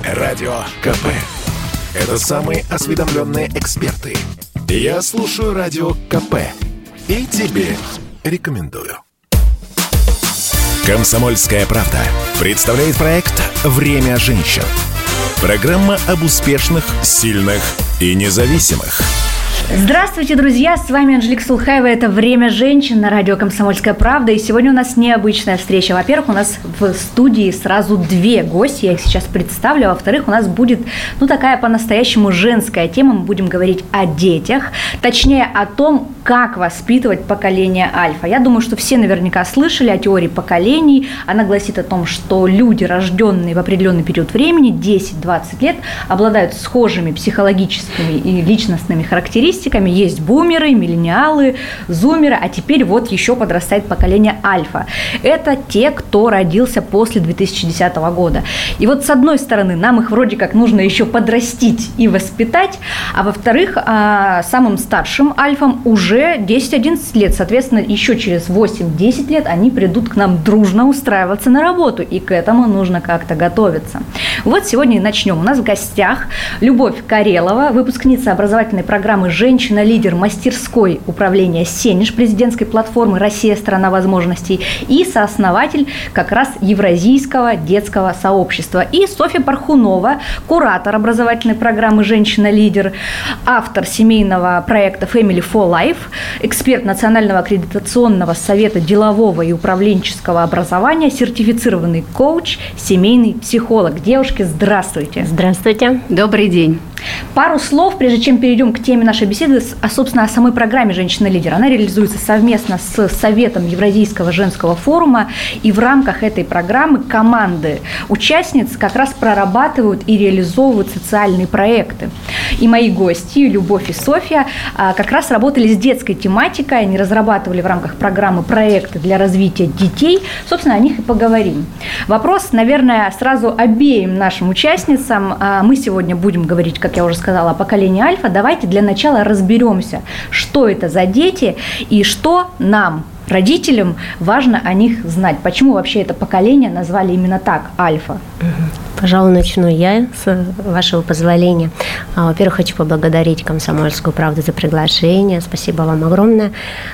Радио КП. Это самые осведомленные эксперты. Я слушаю Радио КП и тебе рекомендую. «Комсомольская правда» представляет проект «Время женщин». Программа об успешных, сильных и независимых. Здравствуйте, друзья! С вами Анжелика Сулхаева. Это «Время женщин» на радио «Комсомольская правда». И сегодня у нас необычная встреча. Во-первых, у нас в студии сразу две гости. Я их сейчас представлю. А во-вторых, у нас будет, такая по-настоящему женская тема. Мы будем говорить о детях. Точнее, о том, как воспитывать поколение альфа. Я думаю, что все наверняка слышали о теории поколений. Она гласит о том, что люди, рожденные в определенный период времени, 10-20 лет, обладают схожими психологическими и личностными характеристиками. Есть бумеры, миллениалы, зумеры, а теперь вот еще подрастает поколение альфа. Это те, кто родился после 2010 года. И вот с одной стороны, нам их вроде как нужно еще подрастить и воспитать, а во-вторых, самым старшим альфам уже 10-11 лет. Соответственно, еще через 8-10 лет они придут к нам дружно устраиваться на работу, и к этому нужно как-то готовиться. Вот сегодня и начнем. У нас в гостях Любовь Карелова, выпускница образовательной программы «Женщина-лидер» мастерской управления «Сенеж» президентской платформы «Россия – страна возможностей» и сооснователь как раз Евразийского детского сообщества. И Софья Пархунова, куратор образовательной программы «Женщина-лидер», автор семейного проекта Family for Life, эксперт Национального аккредитационного совета делового и управленческого образования, сертифицированный коуч, семейный психолог. Девушки, здравствуйте. Здравствуйте. Добрый день. Пару слов, прежде чем перейдем к теме нашей беседы, собственно, о самой программе «Женщина-лидер». Она реализуется совместно с Советом Евразийского женского форума, и в рамках этой программы команды участниц как раз прорабатывают и реализовывают социальные проекты. И мои гости, Любовь и Софья, как раз работали с детской тематикой, они разрабатывали в рамках программы проекты для развития детей. Собственно, о них и поговорим. Вопрос, наверное, сразу обеим нашим участницам. Мы сегодня будем говорить, как я уже сказала, о поколении альфа. Давайте для начала разберемся, что это за дети и что нам, родителям, важно о них знать. Почему вообще это поколение назвали именно так, альфа? Пожалуй, начну я, с вашего позволения. Во-первых, хочу поблагодарить «Комсомольскую правду» за приглашение. Спасибо вам огромное.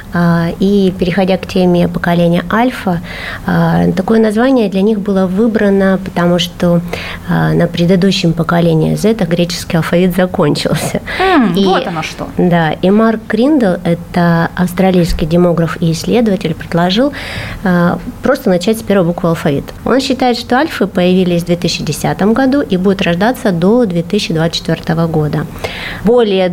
И переходя к теме поколения альфа, такое название для них было выбрано, потому что на предыдущем поколении Z греческий алфавит закончился. Вот оно что. Да, и Марк Гриндл, это австралийский демограф и исследователь, предложил просто начать с первой буквы алфавита. Он считает, что альфы появились в 2010 году и будут рождаться до 2024 года. Более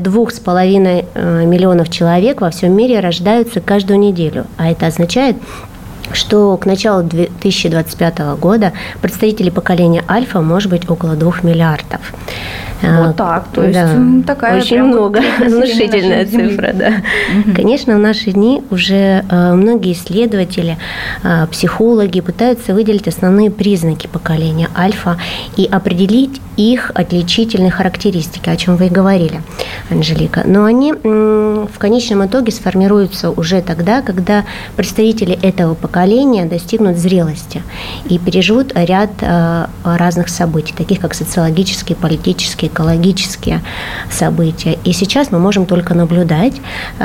2,5 миллионов человек во всем мире рождаются каждую неделю, а это означает, что к началу 2025 года представителей поколения альфа может быть около 2 миллиардов. Вот так, то есть такая очень много, внушительная цифра, да. Конечно, в наши дни уже многие исследователи, психологи пытаются выделить основные признаки поколения альфа и определить их отличительные характеристики, о чем вы и говорили, Анжелика. Но они в конечном итоге сформируются уже тогда, когда представители этого поколения достигнут зрелости и переживут ряд разных событий, таких как социологические, политические, экологические события. И сейчас мы можем только наблюдать,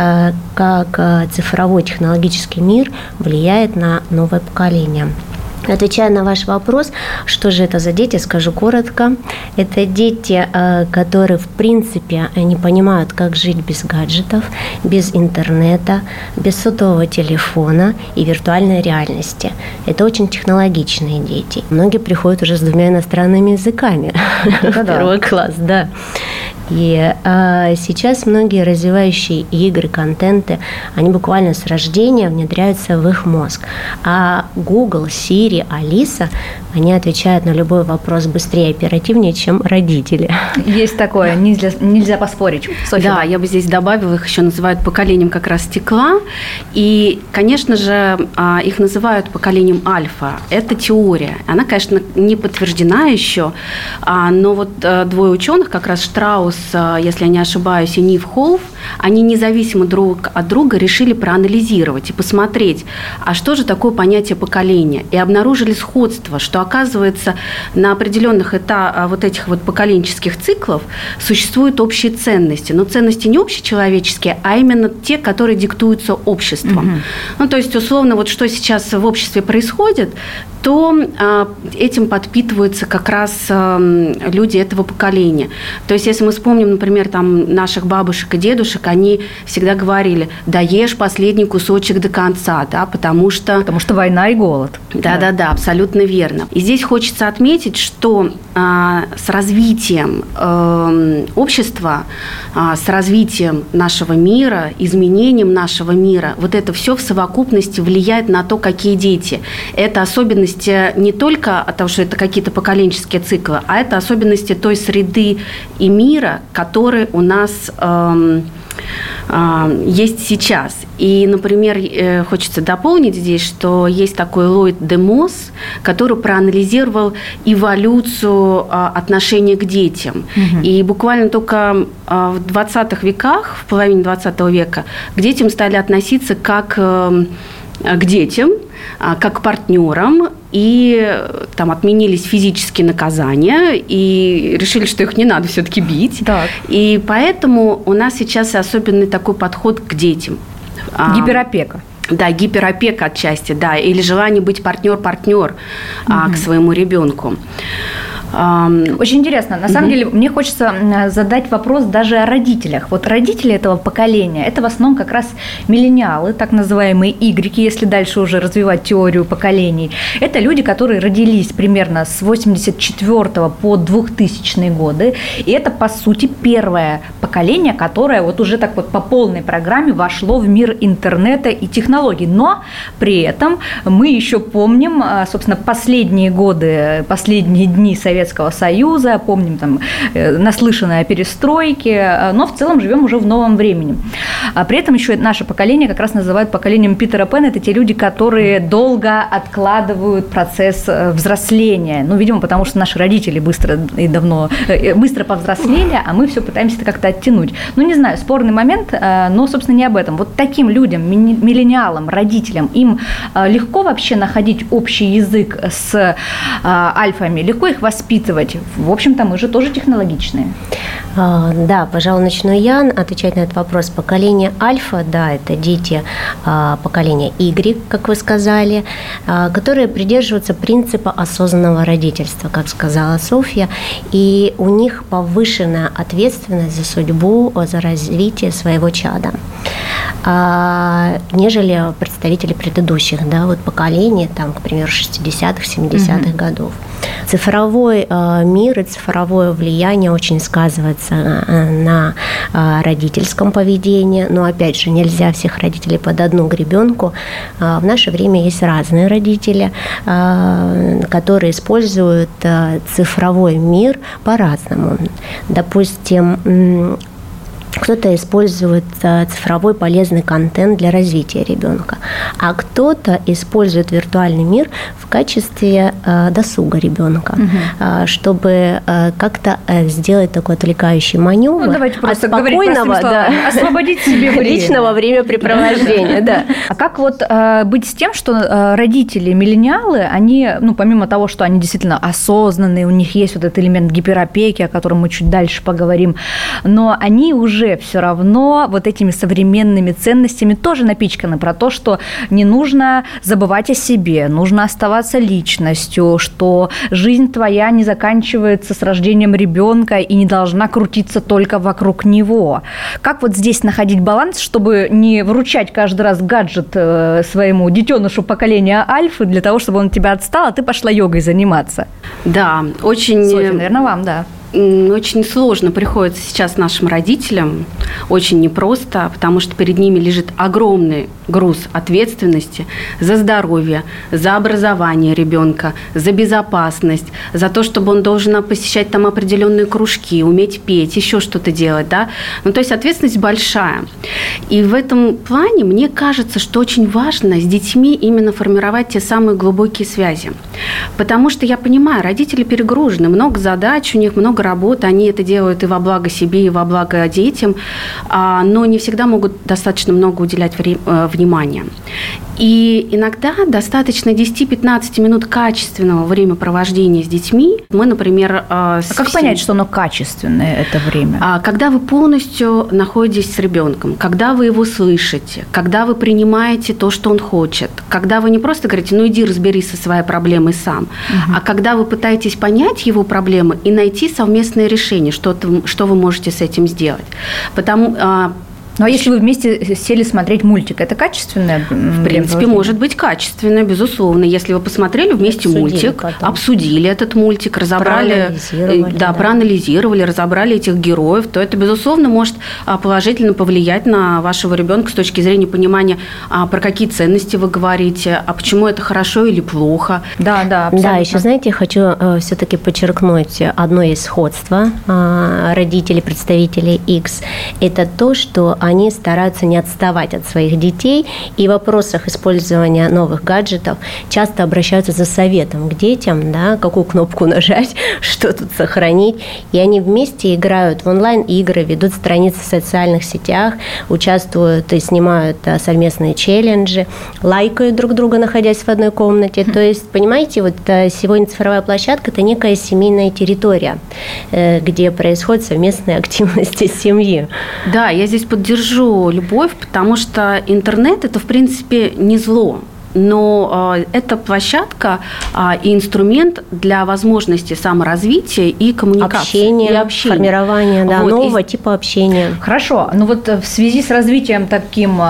как цифровой технологический мир влияет на новое поколение. Отвечая на ваш вопрос, что же это за дети, скажу коротко. Это дети, которые, в принципе, не понимают, как жить без гаджетов, без интернета, без сотового телефона и виртуальной реальности. Это очень технологичные дети. Многие приходят уже с 2 иностранными языками. Первый класс, да. И сейчас многие развивающие игры, контенты, они буквально с рождения внедряются в их мозг. А Google, Siri, Алиса, они отвечают на любой вопрос быстрее и оперативнее, чем родители. Есть такое, нельзя поспорить. Софья. Да, я бы здесь добавила, их еще называют поколением как раз стекла. И, конечно же, их называют поколением альфа. Это теория. Она, конечно, не подтверждена еще, но вот 2 ученых, как раз Штраус если я не ошибаюсь, и Нив Холф, они независимо друг от друга решили проанализировать и посмотреть, а что же такое понятие поколения, и обнаружили сходство, что, оказывается, на определенных вот этих вот поколенческих циклов существуют общие ценности, но ценности не общечеловеческие, а именно те, которые диктуются обществом. Ну, то есть, условно, вот что сейчас в обществе происходит, то этим подпитываются как раз люди этого поколения. То есть, если мы вспомним, например, там, наших бабушек и дедушек, они всегда говорили: да ешь последний кусочек до конца, да, потому что война и голод. Да, абсолютно верно. И здесь хочется отметить, что с развитием общества, с развитием нашего мира, изменением нашего мира, вот это все в совокупности влияет на то, какие дети. Это особенности не только от того, что это какие-то поколенческие циклы, а это особенности той среды и мира, который у нас есть сейчас. И, например, хочется дополнить здесь, что есть такой Ллойд де Мосс, который проанализировал эволюцию отношения к детям. И буквально только в 20-х веках, в половине 20 века, к детям стали относиться как к детям, как к партнерам, и там отменились физические наказания, и решили, что их не надо все-таки бить. Так. И поэтому у нас сейчас особенный такой подход к детям. Гиперопека. Да, гиперопека отчасти, да, или желание быть партнер-партнер к своему ребенку. Очень интересно. На самом деле, мне хочется задать вопрос даже о родителях. Вот родители этого поколения – это в основном как раз миллениалы, так называемые игреки, если дальше уже развивать теорию поколений. Это люди, которые родились примерно с 1984 по 2000 годы. И это, по сути, первое поколение, которое вот уже так вот по полной программе вошло в мир интернета и технологий. Но при этом мы еще помним, собственно, последние годы, последние дни Советского Союза, помним там наслышанное о перестройке, но в целом живем уже в новом времени. При этом еще наше поколение как раз называют поколением Питера Пэна. Это те люди, которые долго откладывают процесс взросления. Ну, видимо, потому что наши родители быстро повзрослели, а мы все пытаемся это как-то оттянуть. Ну, не знаю, спорный момент, но, собственно, не об этом. Вот таким людям, миллениалам, родителям, им легко вообще находить общий язык с альфами, легко их воспитывать. В общем-то, мы же тоже технологичные. Да, пожалуй, начну я отвечать на этот вопрос. Поколение альфа, да, это дети поколения Y, как вы сказали, которые придерживаются принципа осознанного родительства, как сказала Софья, и у них повышенная ответственность за судьбу, за развитие своего чада, нежели представители предыдущих, да, вот поколений, там, к примеру, 60-х, 70-х годов. Цифровой мир и цифровое влияние очень сказывается на родительском поведении, но, опять же, нельзя всех родителей под одну гребенку. В наше время есть разные родители, которые используют цифровой мир по-разному. Допустим, кто-то использует цифровой полезный контент для развития ребенка, а кто-то использует виртуальный мир в качестве досуга ребенка, чтобы как-то сделать такой отвлекающий маневр, ну, давайте просто от спокойного, освободить себе время. Личного времяпрепровождения. Да. А как вот быть с тем, что родители миллениалы, они, ну, помимо того, что они действительно осознанные, у них есть вот этот элемент гиперопеки, о котором мы чуть дальше поговорим, но они уже все равно вот этими современными ценностями тоже напичканы про то, что не нужно забывать о себе, нужно оставаться личностью, что жизнь твоя не заканчивается с рождением ребенка и не должна крутиться только вокруг него. Как вот здесь находить баланс, чтобы не вручать каждый раз гаджет своему детенышу поколения альфы для того, чтобы он от тебя отстал, а ты пошла йогой заниматься? Да, очень... Софья, наверное, вам, да. Очень сложно приходится сейчас нашим родителям, очень непросто, потому что перед ними лежит огромный груз ответственности за здоровье, за образование ребенка, за безопасность, за то, чтобы он должен посещать там определенные кружки, уметь петь, еще что-то делать, да. Ну, то есть ответственность большая. И в этом плане мне кажется, что очень важно с детьми именно формировать те самые глубокие связи. Потому что я понимаю, родители перегружены, много задач у них, много много работы, они это делают и во благо себе, и во благо детям, но не всегда могут достаточно много уделять внимания. И иногда достаточно 10-15 минут качественного времяпровождения с детьми. Мы, например... как понять, что оно качественное, это время? Когда вы полностью находитесь с ребенком, когда вы его слышите, когда вы принимаете то, что он хочет, когда вы не просто говорите, ну иди разберись со своей проблемой сам, а когда вы пытаетесь понять его проблемы и найти совместное решение, что вы можете с этим сделать. Ну, а если вы вместе сели смотреть мультик, это качественное? В принципе, может быть качественное, безусловно. Если вы посмотрели вместе мультик, обсудили этот мультик, проанализировали, разобрали этих героев, то это, безусловно, может положительно повлиять на вашего ребенка с точки зрения понимания, про какие ценности вы говорите, а почему это хорошо или плохо. Да, еще, знаете, я хочу все-таки подчеркнуть одно из сходства родителей, представителей X. Это то, что они стараются не отставать от своих детей и в вопросах использования новых гаджетов часто обращаются за советом к детям, да, какую кнопку нажать, что тут сохранить. И они вместе играют в онлайн-игры, ведут страницы в социальных сетях, участвуют и снимают совместные челленджи, лайкают друг друга, находясь в одной комнате. То есть, понимаете, вот сегодня цифровая площадка – это некая семейная территория, где происходят совместные активности семьи. Да, я здесь поддержу любовь, потому что интернет – это, в принципе, не зло. Но это площадка и инструмент для возможности саморазвития и коммуникации. Общения, формирования нового типа общения. Хорошо. Ну вот в связи с развитием таким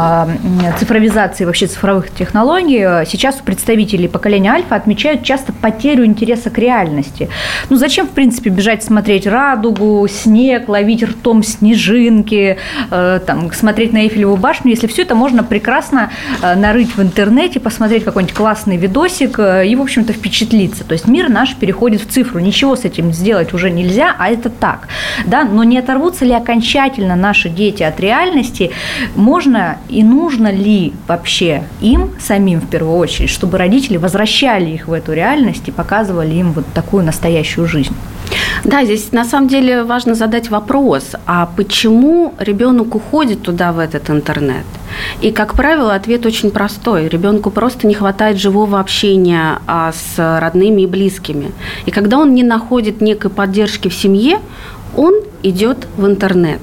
цифровизации вообще цифровых технологий, сейчас представители поколения Альфа отмечают часто потерю интереса к реальности. Ну зачем, в принципе, бежать смотреть радугу, снег, ловить ртом снежинки, смотреть на Эйфелеву башню, если все это можно прекрасно нарыть в интернете, посмотреть какой-нибудь классный видосик и, в общем-то, впечатлиться. То есть мир наш переходит в цифру. Ничего с этим сделать уже нельзя, а это так. Да? Но не оторвутся ли окончательно наши дети от реальности? Можно и нужно ли вообще им самим, в первую очередь, чтобы родители возвращали их в эту реальность и показывали им вот такую настоящую жизнь? Да, здесь на самом деле важно задать вопрос, а почему ребенок уходит туда, в этот интернет? И, как правило, ответ очень простой. Ребенку просто не хватает живого общения с родными и близкими. И когда он не находит некой поддержки в семье, он идет в интернет.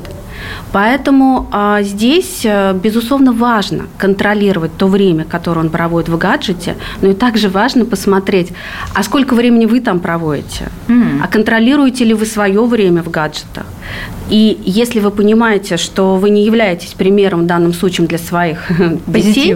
Поэтому здесь, безусловно, важно контролировать то время, которое он проводит в гаджете, но и также важно посмотреть, а сколько времени вы там проводите, а контролируете ли вы свое время в гаджетах. И если вы понимаете, что вы не являетесь примером в данном случае для своих детей,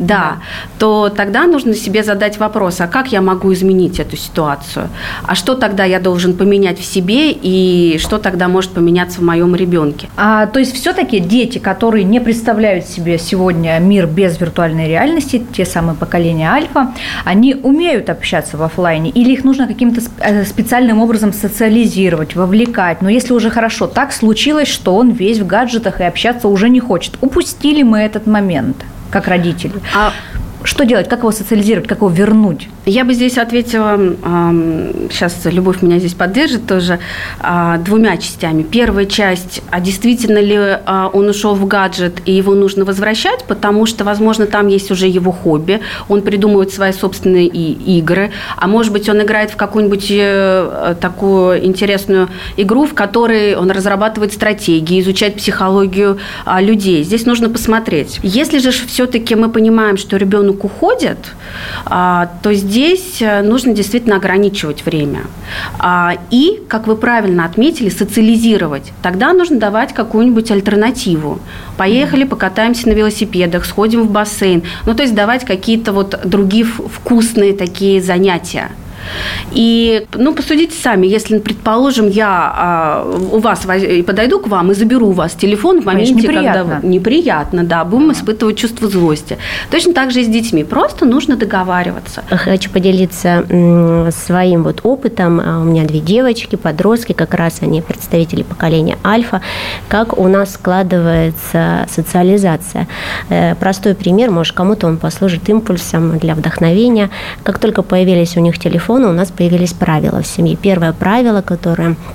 то тогда нужно себе задать вопрос, а как я могу изменить эту ситуацию? А что тогда я должен поменять в себе и что тогда может поменяться в моем ребенке? То есть все-таки дети, которые не представляют себе сегодня мир без виртуальной реальности, те самые поколения Альфа, они умеют общаться в офлайне или их нужно каким-то специальным образом социализировать, вовлекать? Но если уже хорошо так случилось, что он весь в гаджетах и общаться уже не хочет. Упустили мы этот момент, как родители. Что делать? Как его социализировать? Как его вернуть? Я бы здесь ответила, сейчас Любовь меня здесь поддержит тоже, двумя частями. Первая часть, а действительно ли он ушел в гаджет и его нужно возвращать, потому что, возможно, там есть уже его хобби, он придумывает свои собственные игры, а может быть, он играет в какую-нибудь такую интересную игру, в которой он разрабатывает стратегии, изучает психологию людей. Здесь нужно посмотреть. Если же все-таки мы понимаем, что ребенок уходит, то здесь нужно действительно ограничивать время. И, как вы правильно отметили, социализировать. Тогда нужно давать какую-нибудь альтернативу. Поехали, покатаемся на велосипедах, сходим в бассейн. Ну, то есть давать какие-то вот другие вкусные такие занятия. И, посудите сами, если, предположим, я у вас подойду к вам и заберу у вас телефон в моменте, когда неприятно, да, будем испытывать чувство злости. Точно так же и с детьми. Просто нужно договариваться. Хочу поделиться своим вот опытом. У меня 2 девочки, подростки, как раз они представители поколения Альфа. Как у нас складывается социализация. Простой пример, может, кому-то он послужит импульсом для вдохновения. Как только появились у них телефоны, у нас появились правила в семье. Первое правило, которое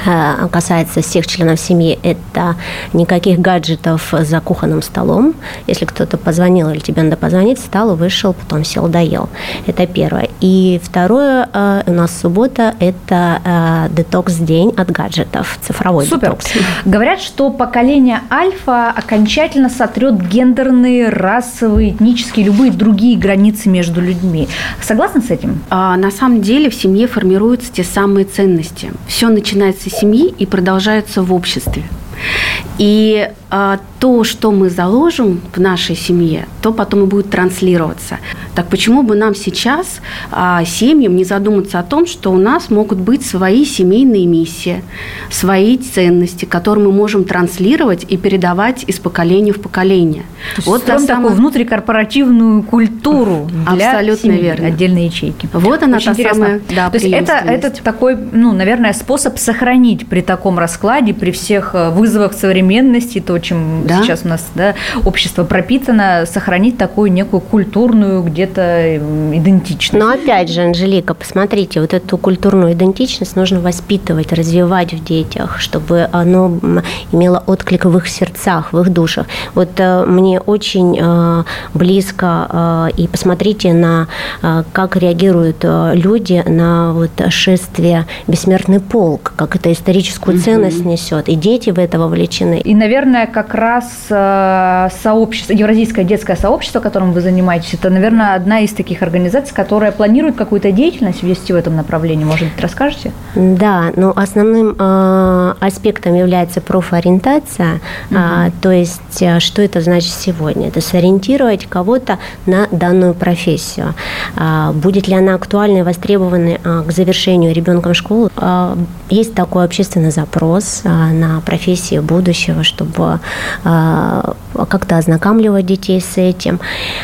касается всех членов семьи, это никаких гаджетов за кухонным столом. Если кто-то позвонил или тебе надо позвонить, встал, вышел, потом сел, доел. Это первое. И второе, у нас суббота – это детокс-день от гаджетов, цифровой детокс. Говорят, что поколение альфа окончательно сотрет гендерные, расовые, этнические, любые другие границы между людьми. Согласны с этим? На самом деле в семье формируются те самые ценности. Все начинается с семьи и продолжается в обществе. И то, что мы заложим в нашей семье, то потом и будет транслироваться. Так почему бы нам сейчас, семьям, не задуматься о том, что у нас могут быть свои семейные миссии, свои ценности, которые мы можем транслировать и передавать из поколения в поколение. Вот такую внутрикорпоративную культуру для абсолютно семьи, верно. Отдельные ячейки. Вот она очень та интересно. самая, То есть это такой, наверное, способ сохранить при таком раскладе, при всех вызовах современности, то, чем сейчас у нас общество пропитано, сохранить такую некую культурную где-то идентичность. Но опять же, Анжелика, посмотрите, вот эту культурную идентичность нужно воспитывать, развивать в детях, чтобы оно имело отклик в их сердцах, в их душах. Вот мне очень близко, и посмотрите на как реагируют люди на вот шествие «Бессмертный полк», как это историческую ценность несет, и дети в это вовлечены. И, наверное, как раз сообщество, Евразийское детское сообщество, которым вы занимаетесь, это, наверное, одна из таких организаций, которая планирует какую-то деятельность ввести в этом направлении. Может быть, расскажете? Да, но основным аспектом является профориентация, то есть что это значит сегодня? Это сориентировать кого-то на данную профессию. Будет ли она актуальной, востребованной к завершению ребенком школы? Есть такой общественный запрос на профессии будущего, чтобы как-то ознакомливать детей с этим.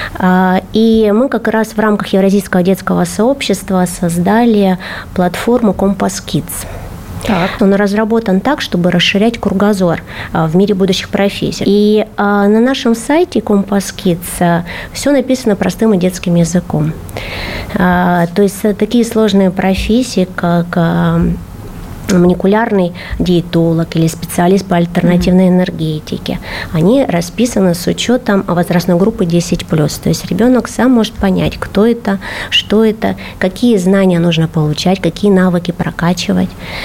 И мы как раз в рамках Евразийского детского сообщества создали платформу Compass Kids. Так. Он разработан так, чтобы расширять кругозор в мире будущих профессий. И на нашем сайте Compass Kids все написано простым и детским языком. То есть такие сложные профессии, как молекулярный диетолог или специалист по альтернативной энергетике, они расписаны с учетом возрастной группы 10+. То есть ребенок сам может понять, кто это, что это, какие знания нужно получать, какие навыки прокачивать.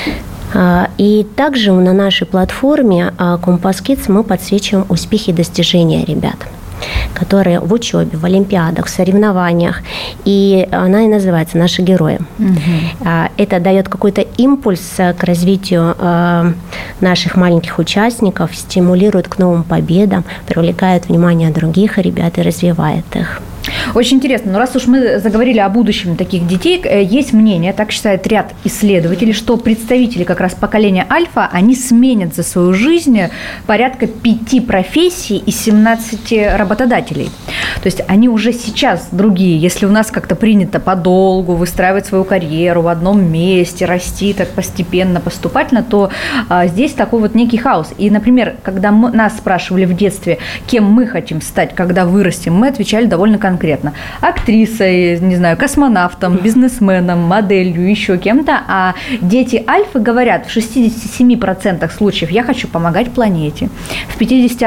И также на нашей платформе Compass Kids мы подсвечиваем успехи и достижения ребят, которые в учебе, в олимпиадах, в соревнованиях. И она и называется «Наши герои». Это дает какой-то импульс к развитию наших маленьких участников, стимулирует к новым победам, привлекает внимание других ребят и развивает их. Очень интересно. Но раз уж мы заговорили о будущем таких детей, есть мнение, так считает ряд исследователей, что представители как раз поколения альфа, они сменят за свою жизнь порядка 5 профессий и 17 работодателей. То есть они уже сейчас другие. Если у нас как-то принято подолгу выстраивать свою карьеру в одном месте, расти так постепенно, поступательно, то здесь такой вот некий хаос. И, например, когда нас спрашивали в детстве, кем мы хотим стать, когда вырастем, мы отвечали довольно конкретно. Актрисой, не знаю, космонавтом, бизнесменом, моделью, еще кем-то. А дети альфы говорят, в 67% случаев я хочу помогать планете, в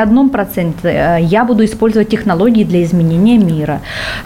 51% я буду использовать технологии для изменения мира,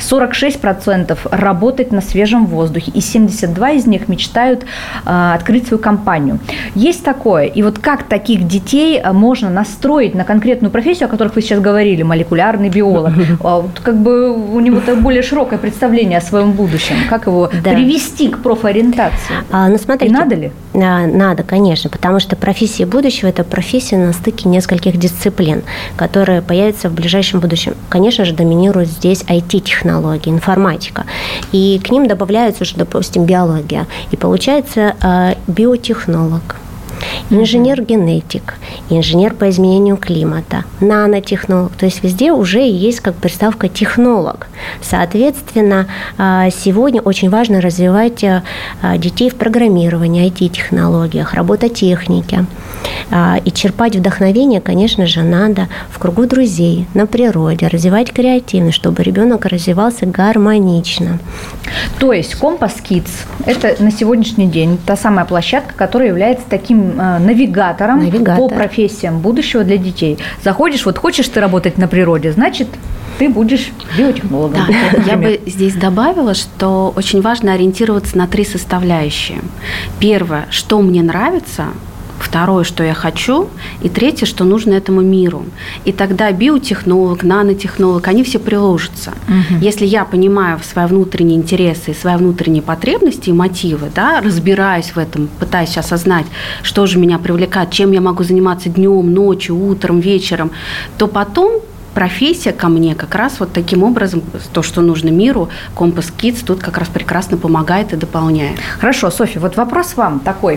46% работать на свежем воздухе, и 72% из них мечтают открыть свою компанию. Есть такое. И вот как таких детей можно настроить на конкретную профессию, о которых вы сейчас говорили, молекулярный биолог, как бы у него-то более широкое представление о своем будущем. Как его привести к профориентации? Ну, смотрите, и надо ли? Надо, конечно, потому что профессия будущего – это профессия на стыке нескольких дисциплин, которые появятся в ближайшем будущем. Конечно же, доминируют здесь IT-технологии, информатика. И к ним добавляются уже, допустим, биология. И получается биотехнолог, инженер-генетик, инженер по по изменению климата, нанотехнолог. То есть везде уже есть как приставка «технолог». Соответственно, сегодня очень важно развивать детей в программировании, IT-технологиях, робототехнике. И черпать вдохновение, конечно же, надо в кругу друзей, на природе, развивать креативность, чтобы ребенок развивался гармонично. То есть Compass Kids – это на сегодняшний день та самая площадка, которая является таким навигатором по профессиям будущего для детей. Заходишь, вот хочешь ты работать на природе, значит, ты будешь биотехнологом. Да, я бы здесь добавила, что очень важно ориентироваться на 3 составляющие. Первое, что мне нравится. Второе, что я хочу, и третье, что нужно этому миру. И тогда биотехнолог, нанотехнолог, они все приложатся. Если я понимаю свои внутренние интересы, свои внутренние потребности и мотивы, да, разбираюсь в этом, пытаюсь осознать, что же меня привлекает, чем я могу заниматься днем, ночью, утром, вечером, то потом профессия ко мне как раз вот таким образом, то, что нужно миру, Compass Kids тут как раз прекрасно помогает и дополняет. Хорошо, Софья, вот вопрос вам такой.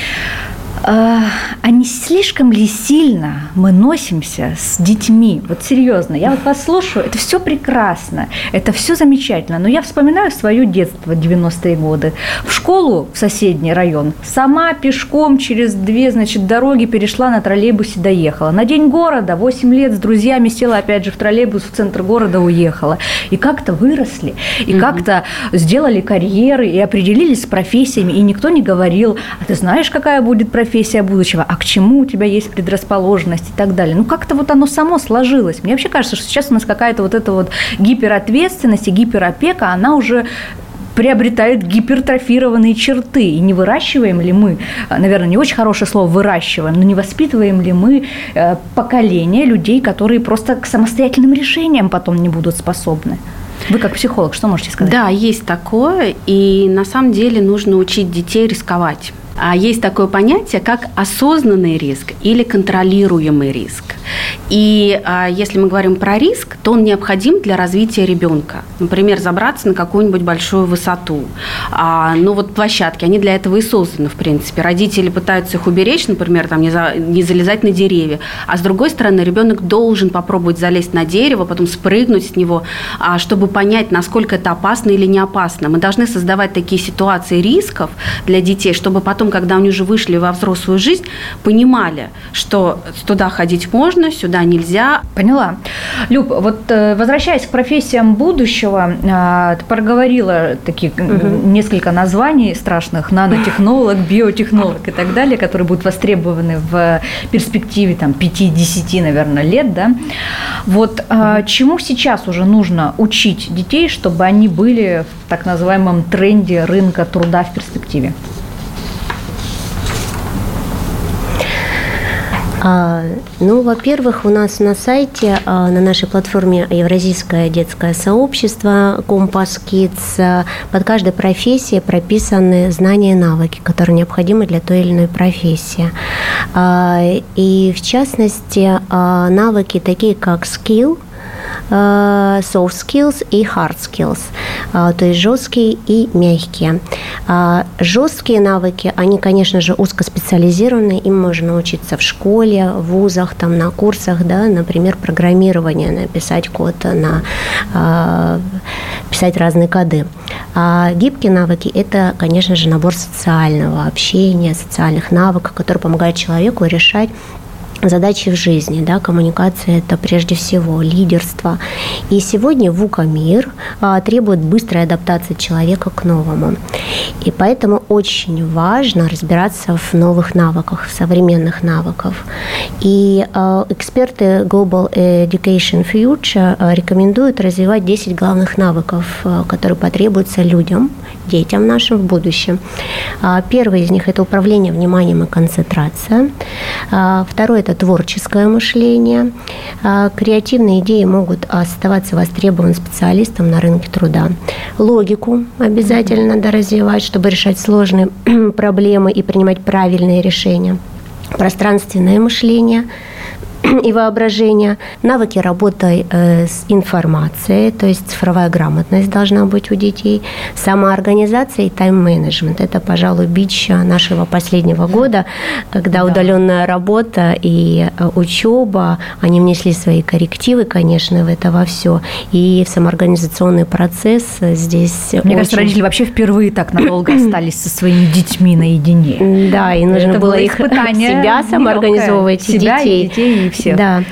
А не слишком ли сильно мы носимся с детьми? Вот серьезно, я вот вас слушаю, это все прекрасно, это все замечательно, но я вспоминаю свое детство, 90-е годы. В школу в соседний район сама пешком через 2, дороги перешла, на троллейбусе доехала. На День города 8 лет с друзьями села опять же в троллейбус в центр города, уехала. И как-то выросли, и как-то сделали карьеры, и определились с профессиями, и никто не говорил, а ты знаешь, какая будет профессия будущего, а к чему у тебя есть предрасположенность и так далее. Ну, как-то вот оно само сложилось. Мне вообще кажется, что сейчас у нас какая-то вот эта вот гиперответственность и гиперопека, она уже приобретает гипертрофированные черты. И не выращиваем ли мы, наверное, не очень хорошее слово «выращиваем», но не воспитываем ли мы поколение людей, которые просто к самостоятельным решениям потом не будут способны? Вы как психолог, что можете сказать? Да, есть такое, и на самом деле нужно учить детей рисковать. А есть такое понятие, как осознанный риск или контролируемый риск. И если мы говорим про риск, то он необходим для развития ребенка. Например, забраться на какую-нибудь большую высоту. Ну вот площадки, они для этого и созданы, в принципе. Родители пытаются их уберечь, например, там, не залезать на деревья. А с другой стороны, ребенок должен попробовать залезть на дерево, потом спрыгнуть с него, чтобы понять, насколько это опасно или не опасно. Мы должны создавать такие ситуации рисков для детей, чтобы потом, когда они уже вышли во взрослую жизнь, понимали, что туда ходить можно, сюда нельзя. Поняла. Люб, вот возвращаясь к профессиям будущего, ты проговорила такие несколько названий страшных: нанотехнолог, биотехнолог и так далее, которые будут востребованы в перспективе 5-10, наверное, лет. Да? Вот чему сейчас уже нужно учить детей, чтобы они были в так называемом тренде рынка труда в перспективе? Во-первых, у нас на сайте, на нашей платформе Евразийское детское сообщество Compass Kids, под каждой профессией прописаны знания и навыки, которые необходимы для той или иной профессии. И в частности, навыки такие как skill, soft skills и hard skills, то есть жесткие и мягкие. Жесткие навыки, они, конечно же, узкоспециализированные, им можно учиться в школе, в вузах, на курсах, да, например, программирование, написать код, писать разные коды. А гибкие навыки – это, конечно же, набор социального общения, социальных навыков, которые помогают человеку решать задачи в жизни, да, коммуникация – это прежде всего лидерство. И сегодня VUCA-мир требует быстрой адаптации человека к новому. И поэтому очень важно разбираться в новых навыках, в современных навыках. И эксперты Global Education Future рекомендуют развивать 10 главных навыков, которые потребуются людям, детям нашим в будущем. Первый из них – это управление вниманием и концентрация. Второй – это творческое мышление. Креативные идеи могут оставаться востребованными специалистом на рынке труда. Логику обязательно надо развивать, чтобы решать сложные проблемы и принимать правильные решения. Пространственное мышление, и воображения, навыки работы с информацией, то есть цифровая грамотность должна быть у детей, самоорганизация и тайм-менеджмент. Это, пожалуй, бич нашего последнего года, когда удаленная работа и учеба, они внесли свои коррективы, конечно, в это во все, и в самоорганизационный процесс здесь. Мне кажется, родители вообще впервые так надолго остались со своими детьми наедине. Да, и нужно было их себя самоорганизовывать, себя, и детей, и всех. Да.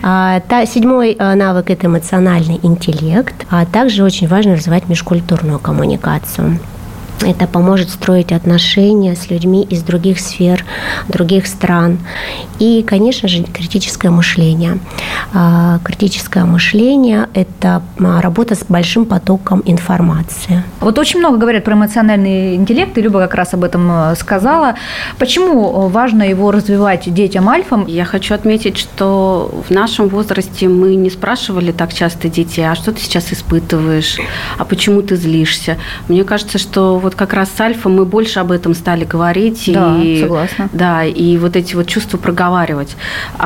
7-й навык – это эмоциональный интеллект, а также очень важно развивать межкультурную коммуникацию. Это поможет строить отношения с людьми из других сфер, других стран. И, конечно же, критическое мышление. Критическое мышление – это работа с большим потоком информации. Вот очень много говорят про эмоциональный интеллект, и Люба как раз об этом сказала. Почему важно его развивать детям-альфам? Я хочу отметить, что в нашем возрасте мы не спрашивали так часто детей, а что ты сейчас испытываешь, а почему ты злишься. Мне кажется, что вот как раз с альфа мы больше об этом стали говорить. Да, согласна. Да, и вот эти вот чувства проговаривать.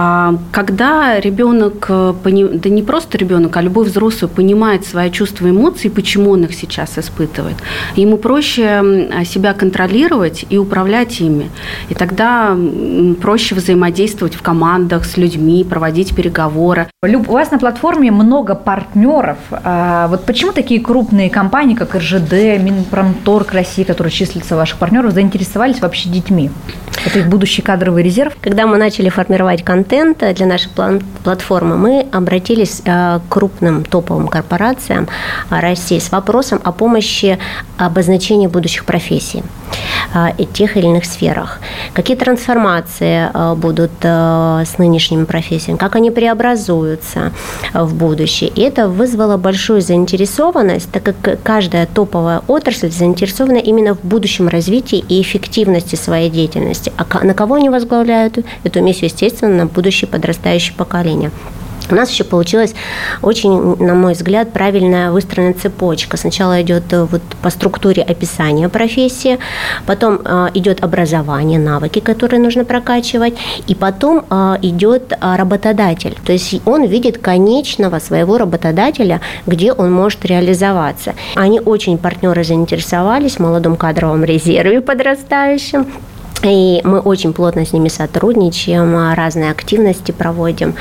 Когда ребенок, да не просто ребенок, а любой взрослый понимает свои чувства и эмоции, почему он их сейчас испытывает, ему проще себя контролировать и управлять ими. И тогда проще взаимодействовать в командах с людьми, проводить переговоры. Люб, у вас на платформе много партнеров. Вот почему такие крупные компании, как РЖД, Минпромторг России, которые числятся ваших партнеров, заинтересовались вообще детьми? Это их будущий кадровый резерв? Когда мы начали формировать контент для нашей платформы, мы обратились к крупным топовым корпорациям России с вопросом о помощи обозначения будущих профессий в тех или иных сферах. Какие трансформации будут с нынешними профессиями, как они преобразуются в будущее. И это вызвало большую заинтересованность, так как каждая топовая отрасль заинтересована именно в будущем развитии и эффективности своей деятельности. А на кого они возглавляют эту миссию? Естественно, на будущее подрастающее поколение. У нас еще получилась очень, на мой взгляд, правильная выстроенная цепочка. Сначала идет вот по структуре описания профессии, потом идет образование, навыки, которые нужно прокачивать, и потом идет работодатель. То есть он видит конечного своего работодателя, где он может реализоваться. Они очень, партнеры, заинтересовались в молодом кадровом резерве подрастающем. И мы очень плотно с ними сотрудничаем, разные активности проводим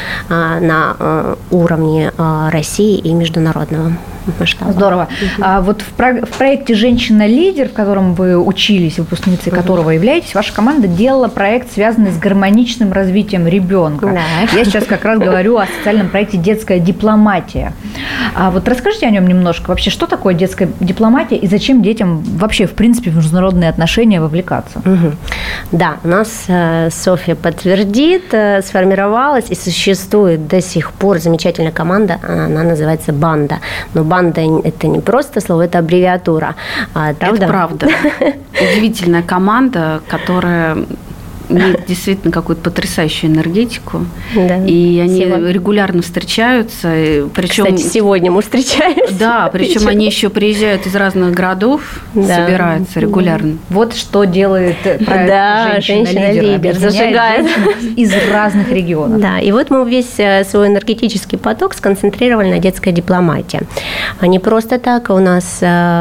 на уровне России и международного масштаба. Здорово. А вот в проекте «Женщина-лидер», в котором вы учились, выпускницей которого являетесь, ваша команда делала проект, связанный с гармоничным развитием ребенка. Да. Я сейчас как раз говорю о социальном проекте «Детская дипломатия». А вот расскажите о нем немножко. Вообще, что такое детская дипломатия и зачем детям вообще, в принципе, в международные отношения вовлекаться? Угу. Да, у нас Софья подтвердит, сформировалась и существует до сих пор замечательная команда, она называется «Банда». Но «Банда» – это не просто слово, это аббревиатура. Правда? Это правда. Удивительная команда, которая имеют действительно какую-то потрясающую энергетику. Да. И они регулярно встречаются. Причем, кстати, сегодня мы встречаемся. Да, причем они еще приезжают из разных городов, собираются регулярно. Вот что делает проект «Женщина-лидер». Зажигает из разных регионов. Да, и вот мы весь свой энергетический поток сконцентрировали на детской дипломатии. Не просто так, у нас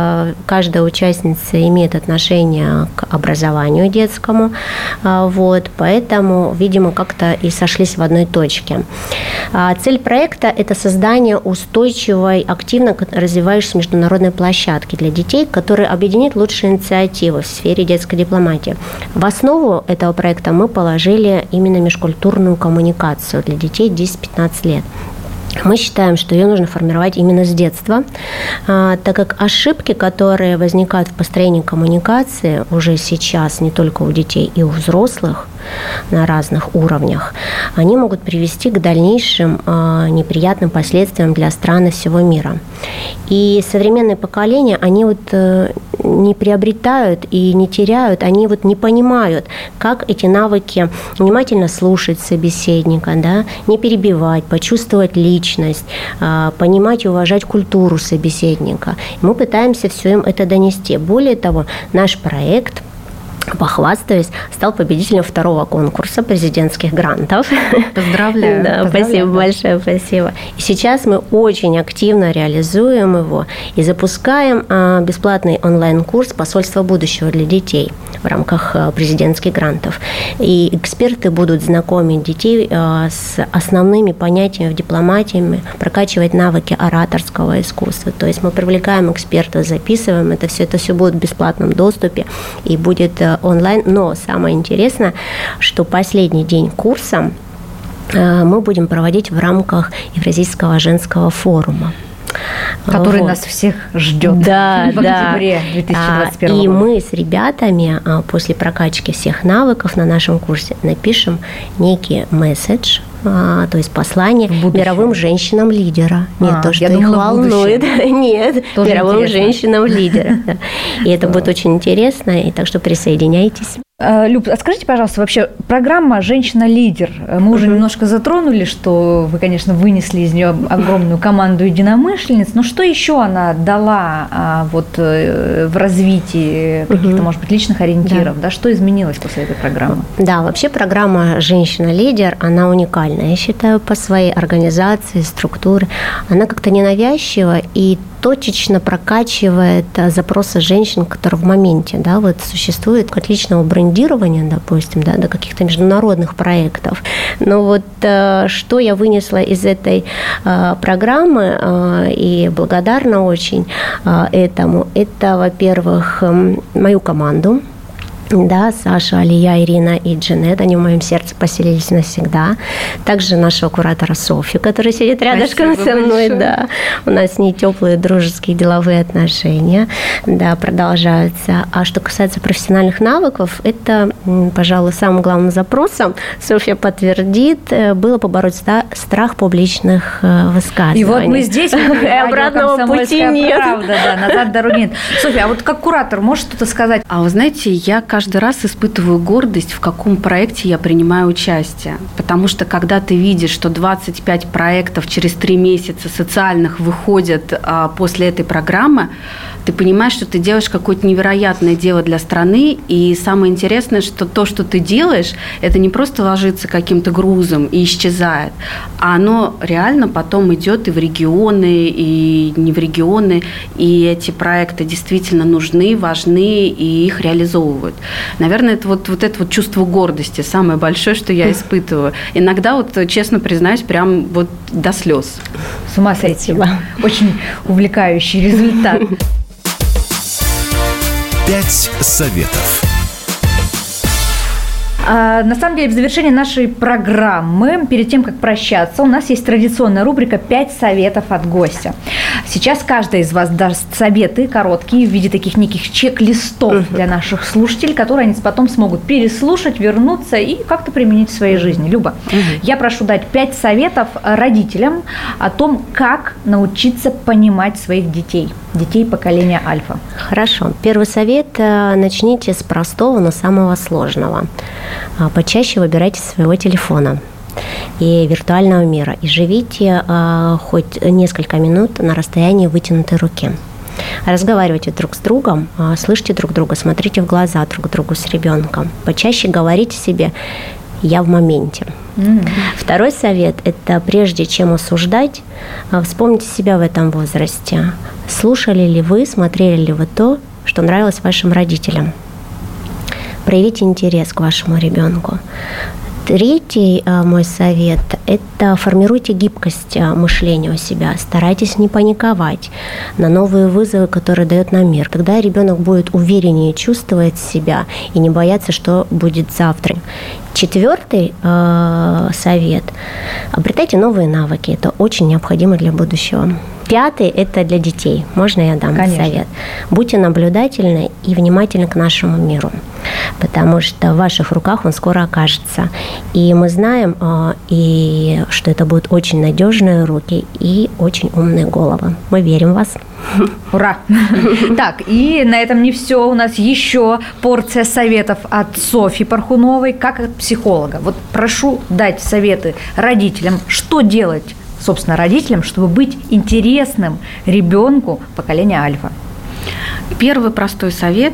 каждая участница имеет отношение к образованию детскому. Вот, поэтому, видимо, как-то и сошлись в одной точке. Цель проекта – это создание устойчивой, активно развивающейся международной площадки для детей, которая объединит лучшие инициативы в сфере детской дипломатии. В основу этого проекта мы положили именно межкультурную коммуникацию для детей 10-15 лет. Мы считаем, что ее нужно формировать именно с детства, так как ошибки, которые возникают в построении коммуникации уже сейчас не только у детей и у взрослых на разных уровнях, они могут привести к дальнейшим неприятным последствиям для стран всего мира. И современные поколения, они вот не приобретают и не теряют, они вот не понимают, как эти навыки внимательно слушать собеседника, да, не перебивать, почувствовать личность, понимать и уважать культуру собеседника. Мы пытаемся все им это донести. Более того, наш проект похвастаюсь, стал победителем второго конкурса президентских грантов. Поздравляю. Да, спасибо большое, спасибо. И сейчас мы очень активно реализуем его и запускаем бесплатный онлайн-курс «Посольство будущего для детей» в рамках президентских грантов. И эксперты будут знакомить детей с основными понятиями в дипломатии, прокачивать навыки ораторского искусства. То есть мы привлекаем экспертов, записываем это все будет в бесплатном доступе и будет онлайн. Но самое интересное, что последний день курса мы будем проводить в рамках Евразийского женского форума, который нас всех ждет в октябре 2021 года. И мы с ребятами после прокачки всех навыков на нашем курсе напишем некий месседж, то есть послание мировым женщинам лидера. Нет, то, что их волнует. Нет, тоже мировым женщинам лидера. И это будет очень интересно, и так что присоединяйтесь. Люб, а скажите, пожалуйста, вообще программа «Женщина-лидер», мы уже немножко затронули, что вы, конечно, вынесли из нее огромную команду единомышленниц, но что еще она дала в развитии каких-то, может быть, личных ориентиров? Да, что изменилось после этой программы? Да, вообще программа «Женщина-лидер», она уникальна, я считаю, по своей организации, структуре. Она как-то ненавязчива и точечно прокачивает запросы женщин, которые в моменте, существуют, от личного брендирования, допустим, до каких-то международных проектов. Но что я вынесла из этой программы и благодарна очень этому, это, во-первых, мою команду. Да, Саша, Алия, Ирина и Джанет, они в моем сердце поселились навсегда. Также нашего куратора Софью, которая сидит рядышком со мной. Да. У нас с ней теплые дружеские деловые отношения, продолжаются. А что касается профессиональных навыков, это, пожалуй, самым главным запросом, Софья подтвердит, было побороть страх публичных высказываний. И вот мы здесь, обратного пути нет. Назад дороги нет. Софья, а как куратор, можешь что-то сказать? А вы знаете, я каждый раз испытываю гордость, в каком проекте я принимаю участие. Потому что когда ты видишь, что 25 проектов через 3 месяца социальных выходят после этой программы, ты понимаешь, что ты делаешь какое-то невероятное дело для страны. И самое интересное, что то, что ты делаешь, это не просто ложится каким-то грузом и исчезает, а оно реально потом идет и в регионы, и не в регионы. И эти проекты действительно нужны, важны, и их реализовывают. Наверное, это вот это чувство гордости самое большое, что я испытываю. Иногда, честно признаюсь, прям до слез. С ума сойти. Очень увлекающий результат. 5 советов. На самом деле, в завершении нашей программы, перед тем, как прощаться, у нас есть традиционная рубрика «5 советов от гостя». Сейчас каждый из вас даст советы короткие в виде таких неких чек-листов для наших слушателей, которые они потом смогут переслушать, вернуться и как-то применить в своей жизни. Люба, я прошу дать 5 советов родителям о том, как научиться понимать своих детей поколения Альфа. Хорошо. Первый совет – начните с простого, но самого сложного. Почаще выбирайте своего телефона и виртуального мира. И живите хоть несколько минут на расстоянии вытянутой руки. Разговаривайте друг с другом, слышите друг друга, смотрите в глаза друг другу с ребенком. Почаще говорите себе «я в моменте». Второй совет – это прежде чем осуждать, вспомните себя в этом возрасте. Слушали ли вы, смотрели ли вы то, что нравилось вашим родителям? Проявите интерес к вашему ребенку. Третий мой совет – это формируйте гибкость мышления у себя. Старайтесь не паниковать на новые вызовы, которые дает нам мир. Когда ребенок будет увереннее чувствовать себя и не бояться, что будет завтра. Четвертый совет – обретайте новые навыки. Это очень необходимо для будущего. Пятый – это для детей. Можно я дам совет? Будьте наблюдательны и внимательны к нашему миру, потому что в ваших руках он скоро окажется. И мы знаем, что это будут очень надежные руки и очень умные головы. Мы верим в вас. Ура! Так, и на этом не все. У нас еще порция советов от Софьи Пархуновой, как от психолога. Вот прошу дать советы родителям, что делать, собственно, родителям, чтобы быть интересным ребенку поколения Альфа. Первый простой совет –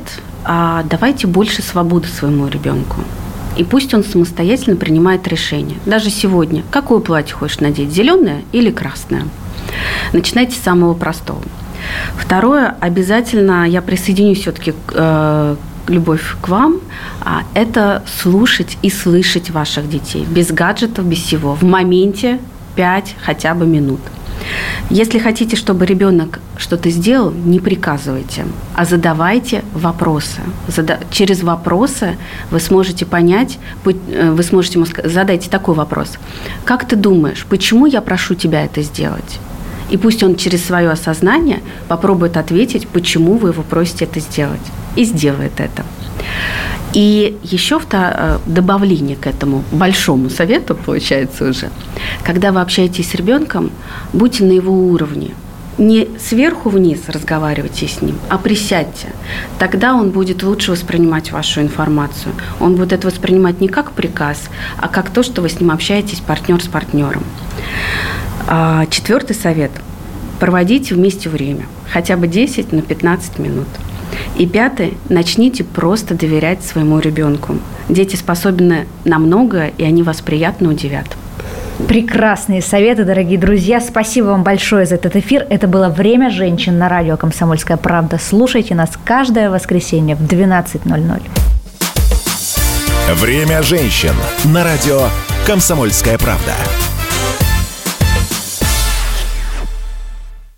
давайте больше свободы своему ребенку. И пусть он самостоятельно принимает решение. Даже сегодня. Какое платье хочешь надеть? Зеленое или красное? Начинайте с самого простого. Второе, обязательно я присоединюсь все-таки к любовь к вам, это слушать и слышать ваших детей. Без гаджетов, без всего. В моменте 5 хотя бы минут. Если хотите, чтобы ребенок что-то сделал, не приказывайте, а задавайте вопросы. Через вопросы вы сможете понять, вы сможете ему задать такой вопрос. Как ты думаешь, почему я прошу тебя это сделать? И пусть он через свое осознание попробует ответить, почему вы его просите это сделать. И сделает это. И еще добавление к этому большому совету, получается уже, когда вы общаетесь с ребенком, будьте на его уровне. Не сверху вниз разговаривайте с ним, а присядьте. Тогда он будет лучше воспринимать вашу информацию. Он будет это воспринимать не как приказ, а как то, что вы с ним общаетесь партнер с партнером. 4-й совет. Проводите вместе время. Хотя бы 10 на 15 минут. И 5-й. Начните просто доверять своему ребенку. Дети способны на многое, и они вас приятно удивят. Прекрасные советы, дорогие друзья. Спасибо вам большое за этот эфир. Это было «Время женщин» на радио «Комсомольская правда». Слушайте нас каждое воскресенье в 12:00. «Время женщин» на радио «Комсомольская правда».